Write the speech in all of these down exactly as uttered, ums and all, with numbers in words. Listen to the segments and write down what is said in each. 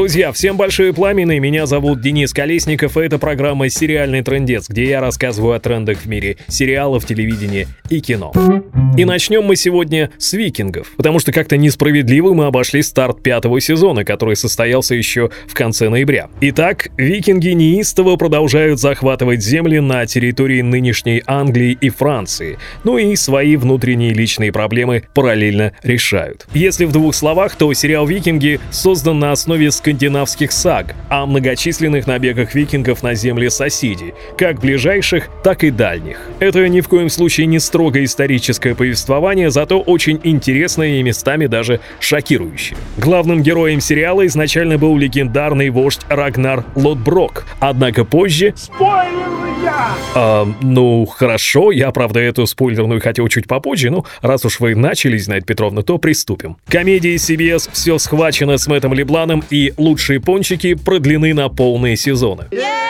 Друзья, всем большое пламя, и меня зовут Денис Колесников, и это программа «Сериальный трындец», где я рассказываю о трендах в мире сериалов, телевидения и кино. И начнем мы сегодня с «Викингов», потому что как-то несправедливо мы обошли старт пятого сезона, который состоялся еще в конце ноября. Итак, викинги неистово продолжают захватывать земли на территории нынешней Англии и Франции, ну и свои внутренние личные проблемы параллельно решают. Если в двух словах, то сериал «Викинги» создан на основе скандинавских саг о многочисленных набегах викингов на земли соседей, как ближайших, так и дальних. Это ни в коем случае не строго историческое повествование, зато очень интересное и местами даже шокирующее. Главным героем сериала изначально был легендарный вождь Рагнар Лодброк, однако позже... Спойлеры я! А, ну, хорошо, я, правда, эту спойлерную хотел чуть попозже, но раз уж вы начали, Зинаида Петровна, то приступим. Комедия си би эс «Все схвачено» с Мэттом Лебланом и «Лучшие пончики» продлены на полные сезоны.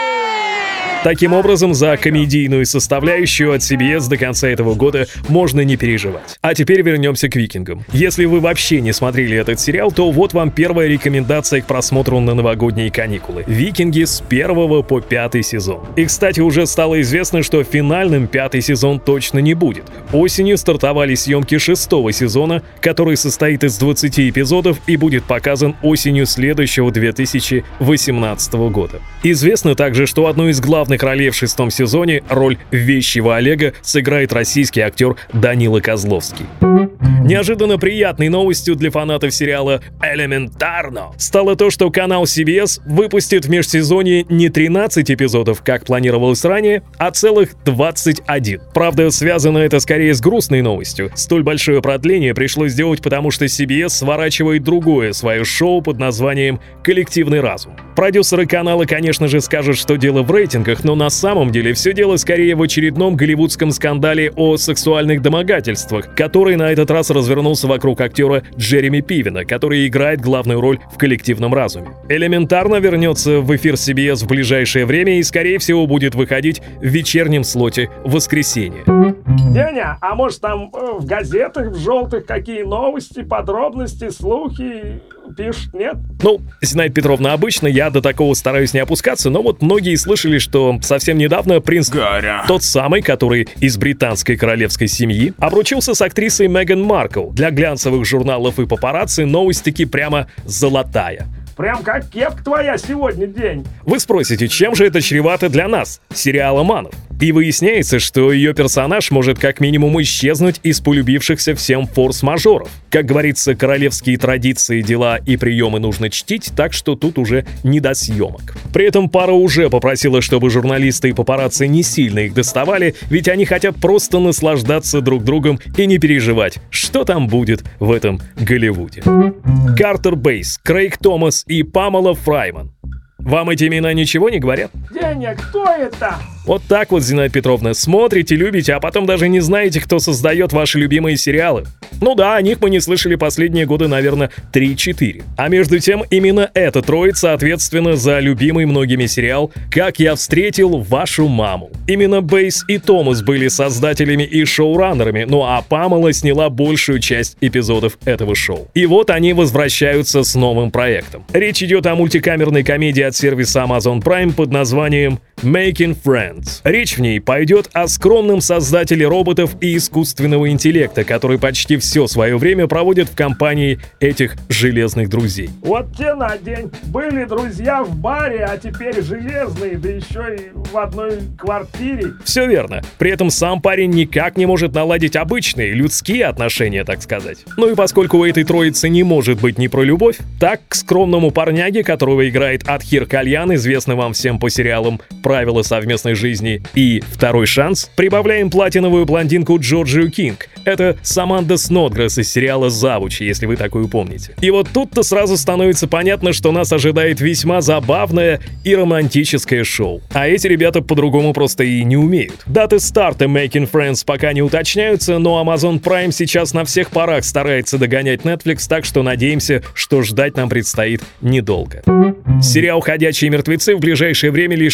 Таким образом, за комедийную составляющую от си би эс до конца этого года можно не переживать. А теперь вернемся к «Викингам». Если вы вообще не смотрели этот сериал, то вот вам первая рекомендация к просмотру на новогодние каникулы. «Викинги» с первого по пятый сезон. И, кстати, уже стало известно, что финальным пятый сезон точно не будет. Осенью стартовали съемки шестого сезона, который состоит из двадцати эпизодов и будет показан осенью следующего две тысячи восемнадцатого года. Известно также, что одну из главных ролей в шестом сезоне, роль вещего Олега, сыграет российский актер Данила Козловский. Неожиданно приятной новостью для фанатов сериала «Элементарно» стало то, что канал си би эс выпустит в межсезонье не тринадцать эпизодов, как планировалось ранее, а целых двадцать один. Правда, связано это скорее с грустной новостью. Столь большое продление пришлось сделать, потому что си би эс сворачивает другое свое шоу под названием «Коллективный разум». Продюсеры канала, конечно же, скажут, что дело в рейтингах, но на самом деле все дело скорее в очередном голливудском скандале о сексуальных домогательствах, который на этот раз развернулся вокруг актера Джереми Пивена, который играет главную роль в «Коллективном разуме». «Элементарно» вернется в эфир си би эс в ближайшее время и, скорее всего, будет выходить в вечернем слоте в воскресенье. Деня, а может там э, в газетах, в желтых какие новости, подробности, слухи пишут, нет? Ну, Зинаида Петровна, обычно я до такого стараюсь не опускаться, но вот многие слышали, что совсем недавно принц Гарри, тот самый, который из британской королевской семьи, обручился с актрисой Меган Маркл. Для глянцевых журналов и папарацци новость таки прямо золотая. Прям как кепка твоя сегодня день. Вы спросите, чем же это чревато для нас, сериаломанов? И выясняется, что ее персонаж может как минимум исчезнуть из полюбившихся всем форс-мажоров. Как говорится, королевские традиции, дела и приемы нужно чтить, так что тут уже не до съемок. При этом пара уже попросила, чтобы журналисты и папарацци не сильно их доставали, ведь они хотят просто наслаждаться друг другом и не переживать, что там будет в этом Голливуде. Картер Бейс, Крейг Томас и Памела Фрайман. Вам эти имена ничего не говорят? Деня, кто это? Вот так вот, Зинаида Петровна, смотрите, любите, а потом даже не знаете, кто создает ваши любимые сериалы. Ну да, о них мы не слышали последние годы, наверное, три-четыре. А между тем, именно эта троица ответственна за любимый многими сериал «Как я встретил вашу маму». Именно Бейс и Томас были создателями и шоураннерами, ну а Памела сняла большую часть эпизодов этого шоу. И вот они возвращаются с новым проектом. Речь идет о мультикамерной комедии от сервиса Amazon Prime под названием «Making Friends». Речь в ней пойдет о скромном создателе роботов и искусственного интеллекта, который почти все свое время проводит в компании этих железных друзей. Вот те на день. Были друзья в баре, а теперь железные, да еще и в одной квартире. Все верно. При этом сам парень никак не может наладить обычные, людские отношения, так сказать. Ну и поскольку у этой троицы не может быть ни про любовь, так к скромному парняге, которого играет Адхир Кальян, известный вам всем по сериалам «Правила совместной жизни» и «Второй шанс», прибавляем платиновую блондинку Джорджию Кинг. Это Саманда Снодгресс из сериала «Завучи», если вы такую помните. И вот тут-то сразу становится понятно, что нас ожидает весьма забавное и романтическое шоу. А эти ребята по-другому просто и не умеют. Даты старта Making Friends пока не уточняются, но Amazon Prime сейчас на всех парах старается догонять Netflix, так что надеемся, что ждать нам предстоит недолго. Сериал «Ходячие мертвецы» в ближайшее время лишится одного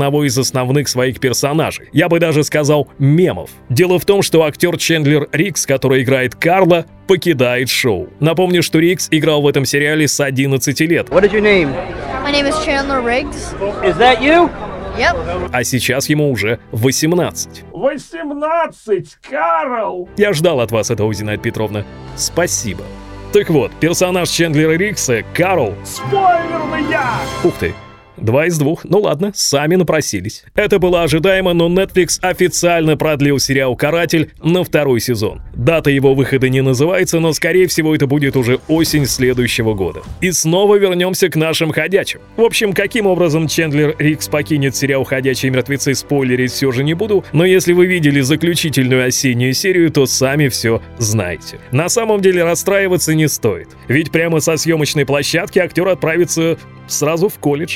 одного из основных своих персонажей. Я бы даже сказал, мемов. Дело в том, что актер Чендлер Рикс, который играет Карла, покидает шоу. Напомню, что Рикс играл в этом сериале с одиннадцати лет. What is your name? My name is Chandler Riggs. Is that you? Yep. А сейчас ему уже восемнадцать. восемнадцать, Карл! Я ждал от вас этого, Зинаида Петровна. Спасибо. Так вот, персонаж Чендлера Рикса, Карл... Спойлерный я! Ух ты. Два из двух. Ну ладно, сами напросились. Это было ожидаемо, но Netflix официально продлил сериал «Каратель» на второй сезон. Дата его выхода не называется, но скорее всего это будет уже осень следующего года. И снова вернемся к нашим ходячим. В общем, каким образом Чендлер Рикс покинет сериал «Ходячие мертвецы», спойлерить все же не буду, но если вы видели заключительную осеннюю серию, то сами все знаете. На самом деле расстраиваться не стоит, ведь прямо со съемочной площадки актер отправится сразу в колледж.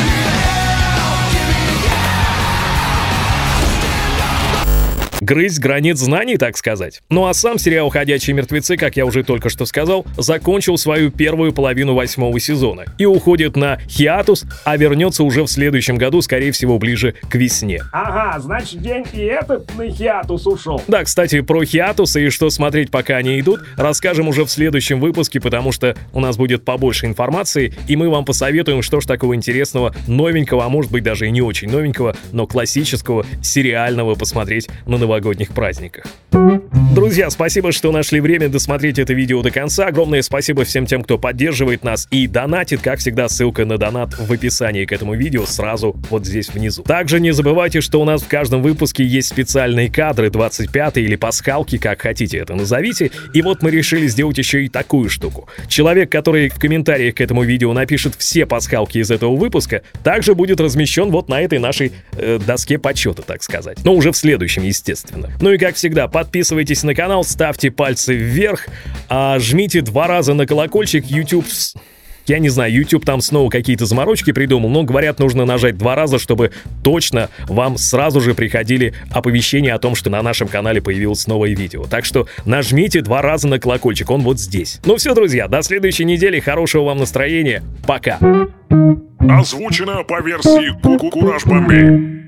Грызть границ знаний, так сказать. Ну а сам сериал «Ходячие мертвецы», как я уже только что сказал, закончил свою первую половину восьмого сезона и уходит на хиатус, а вернется уже в следующем году, скорее всего, ближе к весне. Ага, значит, день и этот на хиатус ушел. Да, кстати, про хиатусы и что смотреть, пока они идут, расскажем уже в следующем выпуске, потому что у нас будет побольше информации, и мы вам посоветуем, что ж такого интересного, новенького, а может быть даже и не очень новенького, но классического, сериального посмотреть на новогодних праздниках. Друзья, спасибо, что нашли время досмотреть это видео до конца. Огромное спасибо всем тем, кто поддерживает нас и донатит. Как всегда, ссылка на донат в описании к этому видео сразу вот здесь внизу. Также не забывайте, что у нас в каждом выпуске есть специальные кадры, двадцать пятые или пасхалки, как хотите это назовите. И вот мы решили сделать еще и такую штуку. Человек, который в комментариях к этому видео напишет все пасхалки из этого выпуска, также будет размещен вот на этой нашей э, доске почета, так сказать. Но уже в следующем, естественно. Ну и как всегда, подписывайтесь на канал, ставьте пальцы вверх, а жмите два раза на колокольчик. YouTube... Я не знаю, YouTube там снова какие-то заморочки придумал, но, говорят, нужно нажать два раза, чтобы точно вам сразу же приходили оповещения о том, что на нашем канале появилось новое видео. Так что нажмите два раза на колокольчик, он вот здесь. Ну все, друзья, до следующей недели, хорошего вам настроения, пока! Озвучено по версии Кураж Бомбей.